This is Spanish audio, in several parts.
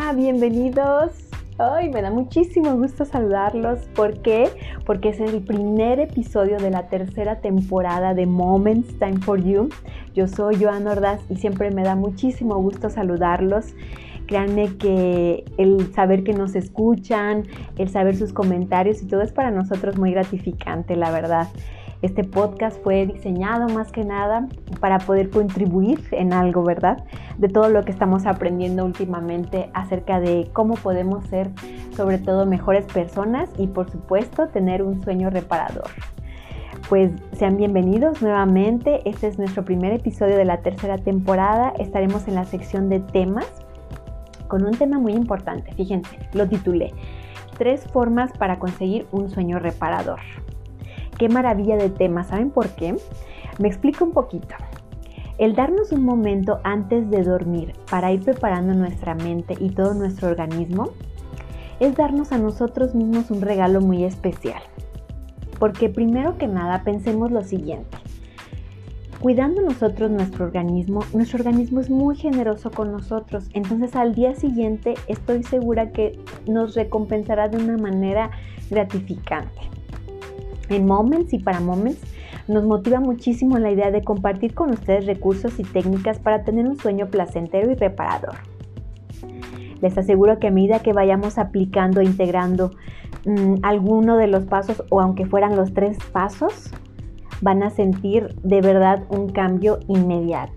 Hola, bienvenidos. Ay, me da muchísimo gusto saludarlos. ¿Por qué? Porque es el primer episodio de la tercera temporada de Moments Time for You. Yo soy Joana Ordaz y siempre me da muchísimo gusto saludarlos. Créanme que el saber que nos escuchan, el saber sus comentarios y todo es para nosotros muy gratificante, la verdad. Este podcast fue diseñado más que nada para poder contribuir en algo, ¿verdad? De todo lo que estamos aprendiendo últimamente acerca de cómo podemos ser, sobre todo, mejores personas y, por supuesto, tener un sueño reparador. Pues sean bienvenidos nuevamente. Este es nuestro primer episodio de la tercera temporada. Estaremos en la sección de temas con un tema muy importante. Fíjense, lo titulé 3 formas para conseguir un sueño reparador. ¡Qué maravilla de tema! ¿Saben por qué? Me explico un poquito. El darnos un momento antes de dormir para ir preparando nuestra mente y todo nuestro organismo es darnos a nosotros mismos un regalo muy especial. Porque primero que nada pensemos lo siguiente. Cuidando nosotros nuestro organismo es muy generoso con nosotros. Entonces al día siguiente estoy segura que nos recompensará de una manera gratificante. En Moments y para Moments nos motiva muchísimo la idea de compartir con ustedes recursos y técnicas para tener un sueño placentero y reparador. Les aseguro que a medida que vayamos aplicando e integrando alguno de los pasos o aunque fueran los 3 pasos, van a sentir de verdad un cambio inmediato.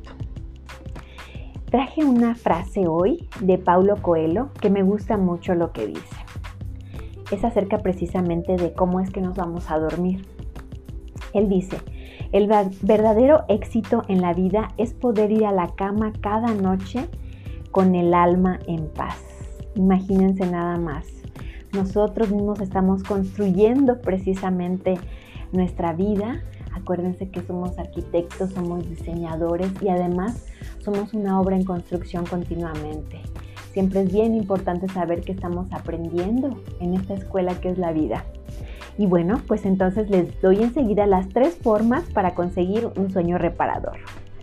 Traje una frase hoy de Paulo Coelho que me gusta mucho lo que dice. Es acerca precisamente de cómo es que nos vamos a dormir. Él dice, el verdadero éxito en la vida es poder ir a la cama cada noche con el alma en paz. Imagínense nada más. Nosotros mismos estamos construyendo precisamente nuestra vida. Acuérdense que somos arquitectos, somos diseñadores y además somos una obra en construcción continuamente. Siempre es bien importante saber que estamos aprendiendo en esta escuela que es la vida. Y bueno, pues entonces les doy enseguida las 3 formas para conseguir un sueño reparador.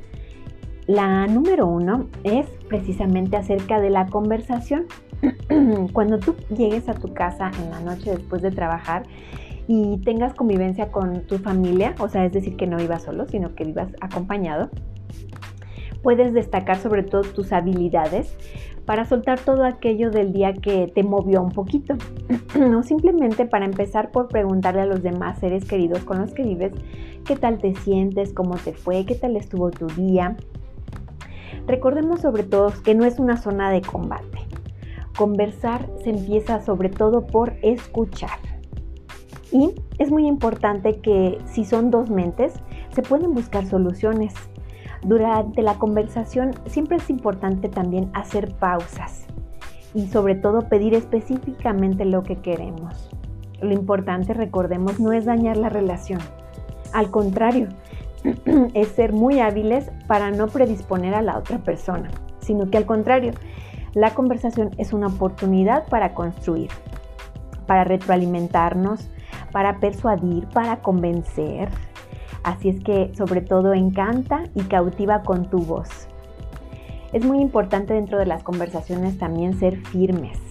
La número 1 es precisamente acerca de la conversación. Cuando tú llegues a tu casa en la noche después de trabajar y tengas convivencia con tu familia, o sea, es decir, que no vivas solo, sino que vivas acompañado, puedes destacar sobre todo tus habilidades para soltar todo aquello del día que te movió un poquito. No simplemente para empezar por preguntarle a los demás seres queridos con los que vives qué tal te sientes, cómo te fue, qué tal estuvo tu día. Recordemos sobre todo que no es una zona de combate. Conversar se empieza sobre todo por escuchar. Y es muy importante que si son 2 mentes, se pueden buscar soluciones. Durante la conversación siempre es importante también hacer pausas y sobre todo pedir específicamente lo que queremos. Lo importante, recordemos, no es dañar la relación. Al contrario, es ser muy hábiles para no predisponer a la otra persona, sino que al contrario, la conversación es una oportunidad para construir, para retroalimentarnos, para persuadir, para convencer. Así es que sobre todo encanta y cautiva con tu voz. Es muy importante dentro de las conversaciones también ser firmes,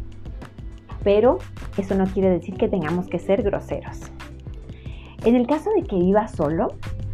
pero eso no quiere decir que tengamos que ser groseros. En el caso de que vivas solo,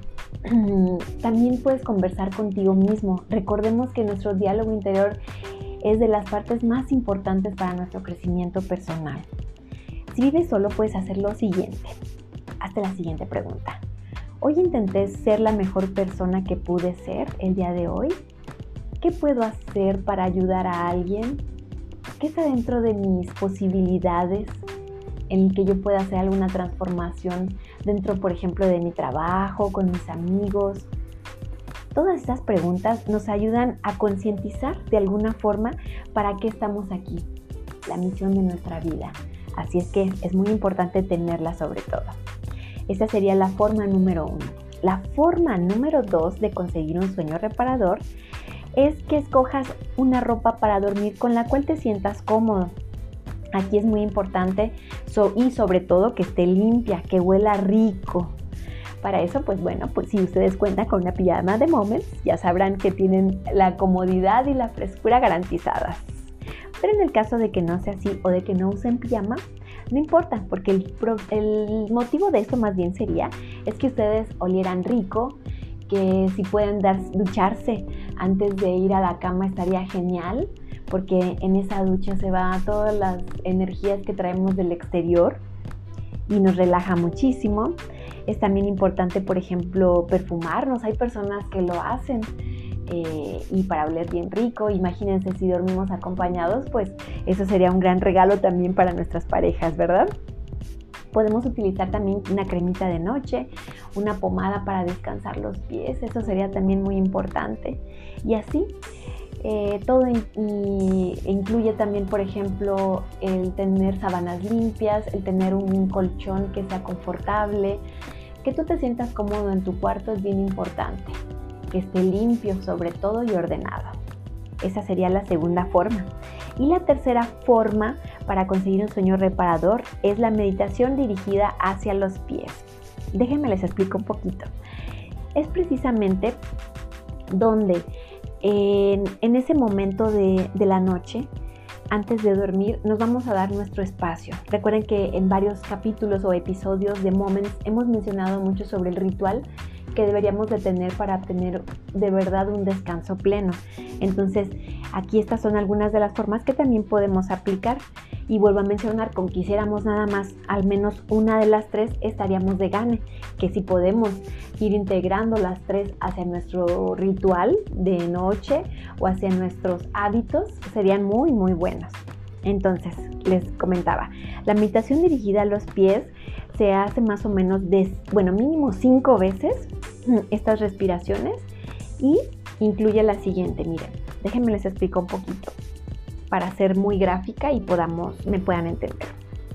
también puedes conversar contigo mismo. Recordemos que nuestro diálogo interior es de las partes más importantes para nuestro crecimiento personal. Si vives solo, puedes hacer lo siguiente. Hazte la siguiente pregunta. Hoy intenté ser la mejor persona que pude ser el día de hoy. ¿Qué puedo hacer para ayudar a alguien? ¿Qué está dentro de mis posibilidades en el que yo pueda hacer alguna transformación dentro, por ejemplo, de mi trabajo, con mis amigos? Todas estas preguntas nos ayudan a concientizar de alguna forma para qué estamos aquí, la misión de nuestra vida. Así es que es muy importante tenerla sobre todo. Esa sería la forma número 1. La forma número 2 de conseguir un sueño reparador es que escojas una ropa para dormir con la cual te sientas cómodo. Aquí es muy importante y sobre todo que esté limpia, que huela rico. Para eso, pues si ustedes cuentan con una pijama de Moments, ya sabrán que tienen la comodidad y la frescura garantizadas. Pero en el caso de que no sea así o de que no usen pijama, no importa, porque el motivo de esto más bien es que ustedes olieran rico, que si pueden ducharse antes de ir a la cama estaría genial, porque en esa ducha se van todas las energías que traemos del exterior y nos relaja muchísimo. Es también importante, por ejemplo, perfumarnos. Hay personas que lo hacen y para oler bien rico. Imagínense si dormimos acompañados, pues eso sería un gran regalo también para nuestras parejas, ¿verdad? Podemos utilizar también una cremita de noche, una pomada para descansar los pies, eso sería también muy importante. Y así, todo incluye también, por ejemplo, el tener sábanas limpias, el tener un colchón que sea confortable, que tú te sientas cómodo en tu cuarto es bien importante, que esté limpio sobre todo y ordenado. Esa sería la segunda forma. Y la tercera forma para conseguir un sueño reparador es la meditación dirigida hacia los pies. Déjenme les explico un poquito. Es precisamente donde en ese momento de la noche, antes de dormir, nos vamos a dar nuestro espacio. Recuerden que en varios capítulos o episodios de Moments hemos mencionado mucho sobre el ritual que deberíamos de tener para tener de verdad un descanso pleno. Entonces, aquí estas son algunas de las formas que también podemos aplicar. Y vuelvo a mencionar, con que hiciéramos nada más al menos una de las tres, estaríamos de gane. Que si podemos ir integrando las tres hacia nuestro ritual de noche o hacia nuestros hábitos, serían muy, muy buenos. Entonces, les comentaba, la meditación dirigida a los pies se hace más o menos mínimo 5 veces estas respiraciones y incluye la siguiente. Miren, déjenme les explico un poquito para ser muy gráfica y me puedan entender.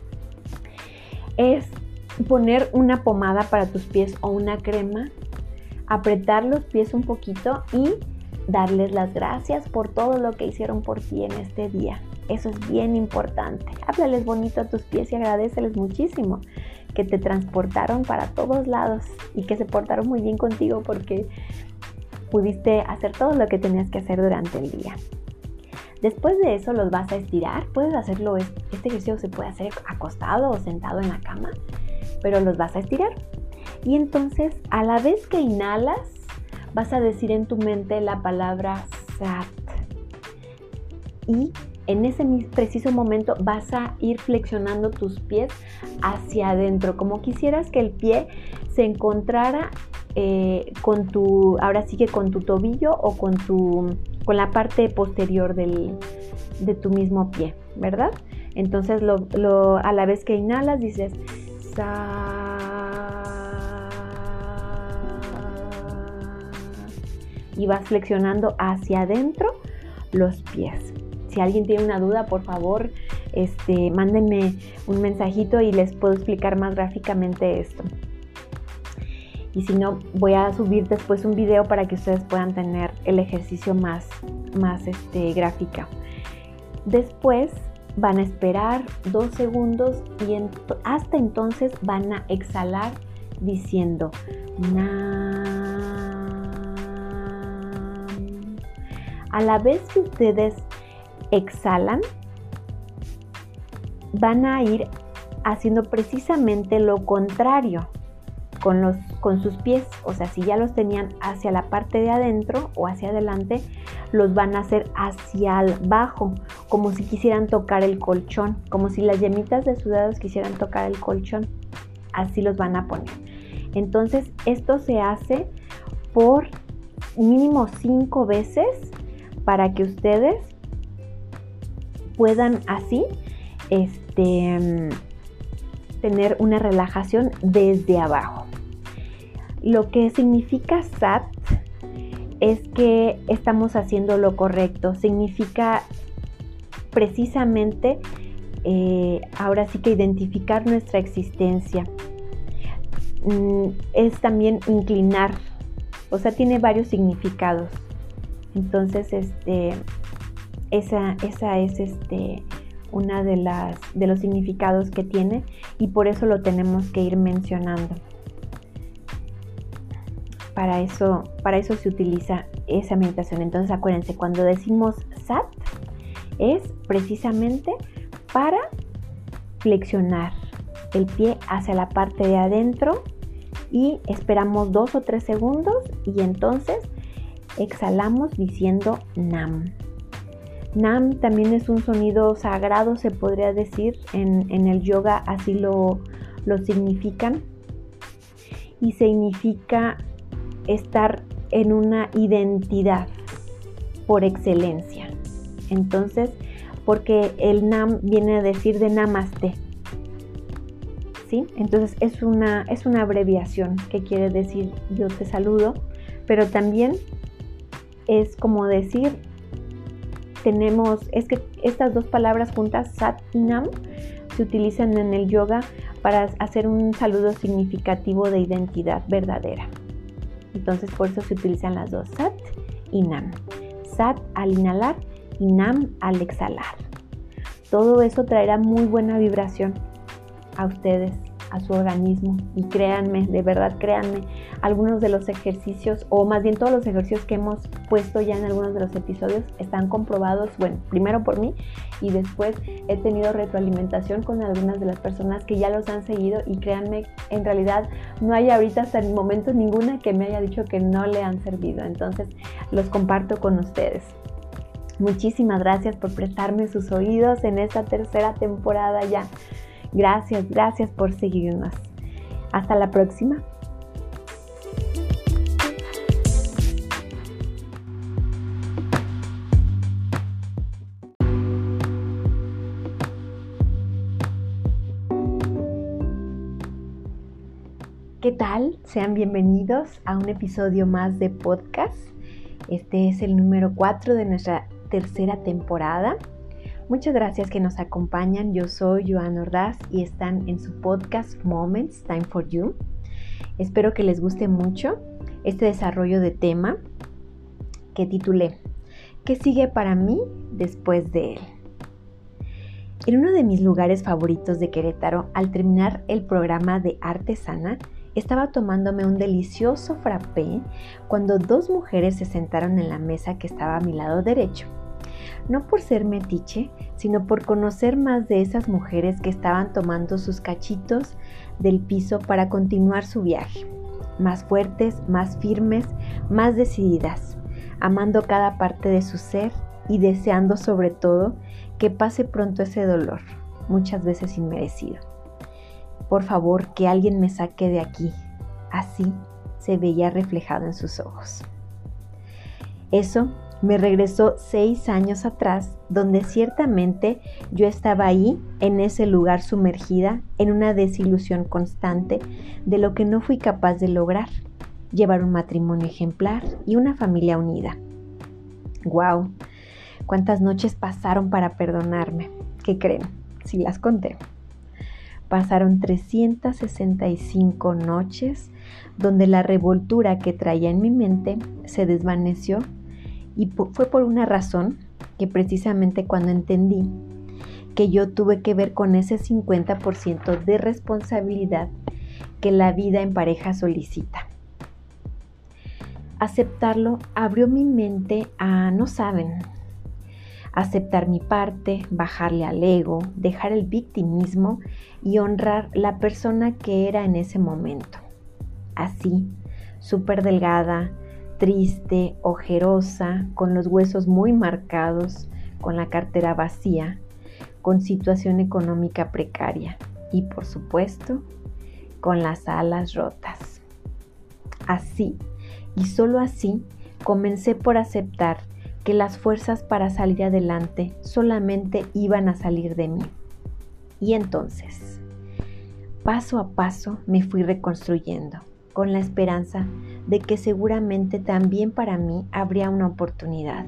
Es poner una pomada para tus pies o una crema, apretar los pies un poquito y darles las gracias por todo lo que hicieron por ti en este día. Eso es bien importante. Háblales bonito a tus pies y agradéceles muchísimo que te transportaron para todos lados y que se portaron muy bien contigo porque pudiste hacer todo lo que tenías que hacer durante el día. Después de eso los vas a estirar. Puedes hacerlo, este ejercicio se puede hacer acostado o sentado en la cama, pero los vas a estirar. Y entonces, a la vez que inhalas, vas a decir en tu mente la palabra Sat. Y en ese preciso momento vas a ir flexionando tus pies hacia adentro, como quisieras que el pie se encontrara con tu tobillo o con la parte posterior de tu mismo pie, ¿verdad? Entonces a la vez que inhalas dices Sa, y vas flexionando hacia adentro los pies. Si alguien tiene una duda, por favor, mándenme un mensajito y les puedo explicar más gráficamente esto. Y si no, voy a subir después un video para que ustedes puedan tener el ejercicio más gráfica. Después van a esperar 2 segundos y hasta entonces van a exhalar diciendo Nam. A la vez que ustedes exhalan, van a ir haciendo precisamente lo contrario con sus pies. O sea, si ya los tenían hacia la parte de adentro o hacia adelante, los van a hacer hacia abajo, como si quisieran tocar el colchón, como si las yemitas de sus dedos quisieran tocar el colchón. Así los van a poner. Entonces, esto se hace por mínimo 5 veces para que ustedes puedan así tener una relajación desde abajo. Lo que significa Sat es que estamos haciendo lo correcto. Significa precisamente ahora sí que identificar nuestra existencia. Es también inclinar, o sea, tiene varios significados. Entonces, esa es una de los significados que tiene y por eso lo tenemos que ir mencionando. Para eso se utiliza esa meditación. Entonces, acuérdense, cuando decimos Sat, Es precisamente para flexionar el pie hacia la parte de adentro y esperamos 2 o 3 segundos y entonces exhalamos diciendo Nam. Nam también es un sonido sagrado, se podría decir, en el yoga así lo significan, y significa estar en una identidad por excelencia. Entonces, porque el Nam viene a decir de Namaste, ¿sí? Entonces es una abreviación que quiere decir yo te saludo, pero también es como decir, es que estas dos palabras juntas, Sat y Nam, se utilizan en el yoga para hacer un saludo significativo de identidad verdadera. Entonces por eso se utilizan las dos, Sat y Nam. Sat al inhalar y Nam al exhalar. Todo eso traerá muy buena vibración a ustedes, a su organismo, y créanme, de verdad créanme, algunos de los ejercicios, o más bien todos los ejercicios que hemos puesto ya en algunos de los episodios están comprobados, bueno, primero por mí y después he tenido retroalimentación con algunas de las personas que ya los han seguido, y créanme, en realidad no hay ahorita hasta el momento ninguna que me haya dicho que no le han servido. Entonces los comparto con ustedes. Muchísimas gracias por prestarme sus oídos en esta tercera temporada ya. Gracias por seguirnos. Hasta la próxima. ¿Qué tal? Sean bienvenidos a un episodio más de podcast. Este es el número 4 de nuestra tercera temporada. Muchas gracias que nos acompañan. Yo soy Joana Ordaz y están en su podcast Moments, Time for You. Espero que les guste mucho este desarrollo de tema que titulé ¿Qué sigue para mí después de él? En uno de mis lugares favoritos de Querétaro, al terminar el programa de Arte Sana, estaba tomándome un delicioso frappé cuando dos mujeres se sentaron en la mesa que estaba a mi lado derecho. No por ser metiche, sino por conocer más de esas mujeres que estaban tomando sus cachitos del piso para continuar su viaje. Más fuertes, más firmes, más decididas, amando cada parte de su ser y deseando sobre todo que pase pronto ese dolor, muchas veces inmerecido. Por favor, que alguien me saque de aquí. Así se veía reflejado en sus ojos. Eso me regresó 6 años atrás, donde ciertamente yo estaba ahí, en ese lugar sumergida, en una desilusión constante de lo que no fui capaz de lograr, llevar un matrimonio ejemplar y una familia unida. ¡Guau! ¿Cuántas noches pasaron para perdonarme? ¿Qué creen? Si las conté. Pasaron 365 noches donde la revoltura que traía en mi mente se desvaneció. Y fue por una razón que precisamente cuando entendí que yo tuve que ver con ese 50% de responsabilidad que la vida en pareja solicita. Aceptarlo abrió mi mente a, no saben, aceptar mi parte, bajarle al ego, dejar el victimismo y honrar la persona que era en ese momento. Así, súper delgada, triste, ojerosa, con los huesos muy marcados, con la cartera vacía, con situación económica precaria y, por supuesto, con las alas rotas. Así, y solo así, comencé por aceptar que las fuerzas para salir adelante solamente iban a salir de mí. Y entonces, paso a paso me fui reconstruyendo, con la esperanza de que seguramente también para mí habría una oportunidad.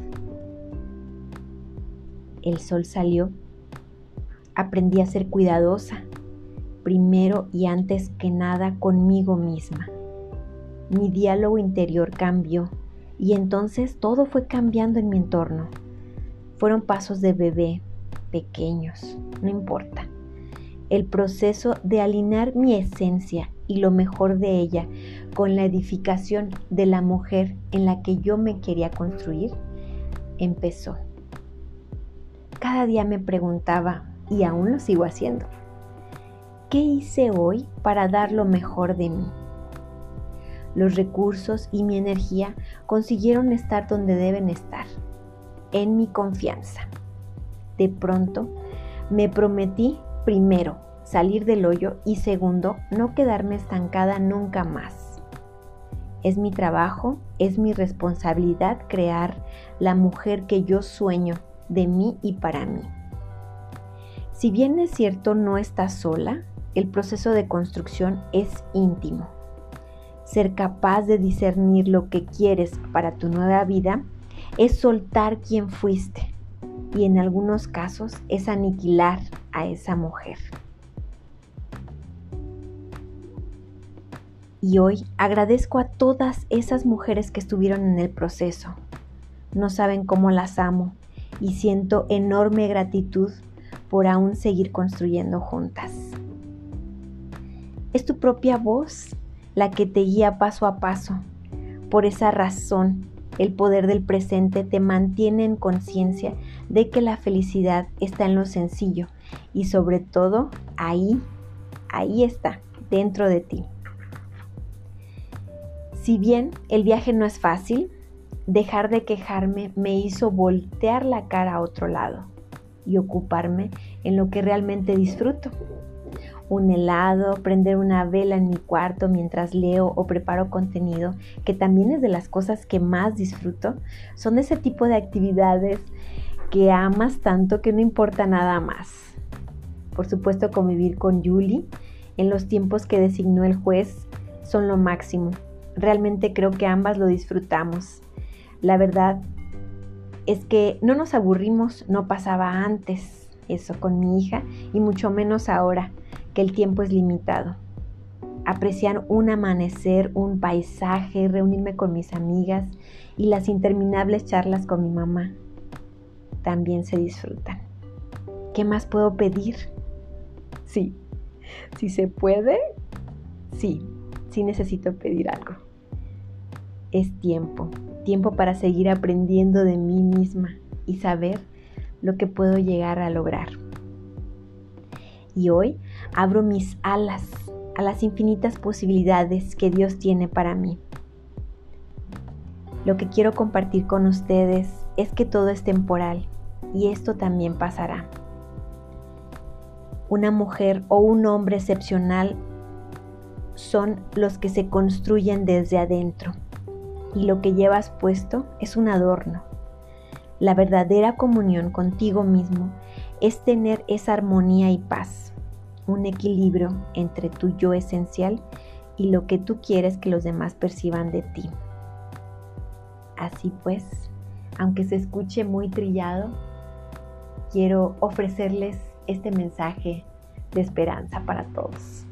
El sol salió. Aprendí a ser cuidadosa, primero y antes que nada conmigo misma. Mi diálogo interior cambió y entonces todo fue cambiando en mi entorno. Fueron pasos de bebé, pequeños, no importa. El proceso de alinear mi esencia y lo mejor de ella con la edificación de la mujer en la que yo me quería construir, empezó. Cada día me preguntaba, y aún lo sigo haciendo, ¿qué hice hoy para dar lo mejor de mí? Los recursos y mi energía consiguieron estar donde deben estar, en mi confianza. De pronto, me prometí, primero, salir del hoyo y segundo, no quedarme estancada nunca más. Es mi trabajo, es mi responsabilidad crear la mujer que yo sueño de mí y para mí. Si bien es cierto, no estás sola, el proceso de construcción es íntimo. Ser capaz de discernir lo que quieres para tu nueva vida es soltar quien fuiste y en algunos casos es aniquilar a esa mujer. Y hoy agradezco a todas esas mujeres que estuvieron en el proceso. No saben cómo las amo y siento enorme gratitud por aún seguir construyendo juntas. Es tu propia voz la que te guía paso a paso. Por esa razón, el poder del presente te mantiene en conciencia de que la felicidad está en lo sencillo y sobre todo ahí está, dentro de ti. Si bien el viaje no es fácil, dejar de quejarme me hizo voltear la cara a otro lado y ocuparme en lo que realmente disfruto. Un helado, prender una vela en mi cuarto mientras leo o preparo contenido, que también es de las cosas que más disfruto, son de ese tipo de actividades que amas tanto que no importa nada más. Por supuesto, convivir con Julie en los tiempos que designó el juez son lo máximo. Realmente creo que ambas lo disfrutamos. La verdad es que no nos aburrimos, no pasaba antes eso con mi hija y mucho menos ahora que el tiempo es limitado. Apreciar un amanecer, un paisaje, reunirme con mis amigas y las interminables charlas con mi mamá también se disfrutan. ¿Qué más puedo pedir? Sí, si se puede, sí necesito pedir algo. Es tiempo para seguir aprendiendo de mí misma y saber lo que puedo llegar a lograr. Y hoy abro mis alas a las infinitas posibilidades que Dios tiene para mí. Lo que quiero compartir con ustedes es que todo es temporal y esto también pasará. Una mujer o un hombre excepcional son los que se construyen desde adentro y lo que llevas puesto es un adorno. La verdadera comunión contigo mismo es tener esa armonía y paz, un equilibrio entre tu yo esencial y lo que tú quieres que los demás perciban de ti. Así pues, aunque se escuche muy trillado, quiero ofrecerles este mensaje de esperanza para todos.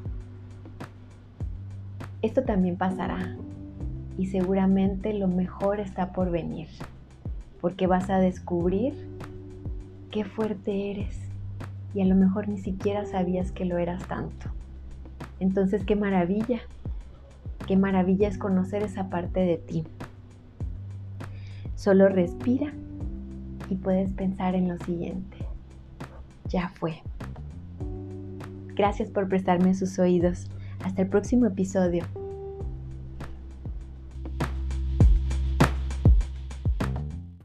Esto también pasará y seguramente lo mejor está por venir, porque vas a descubrir qué fuerte eres y a lo mejor ni siquiera sabías que lo eras tanto. Entonces, qué maravilla es conocer esa parte de ti. Solo respira y puedes pensar en lo siguiente. Ya fue. Gracias por prestarme sus oídos. Hasta el próximo episodio.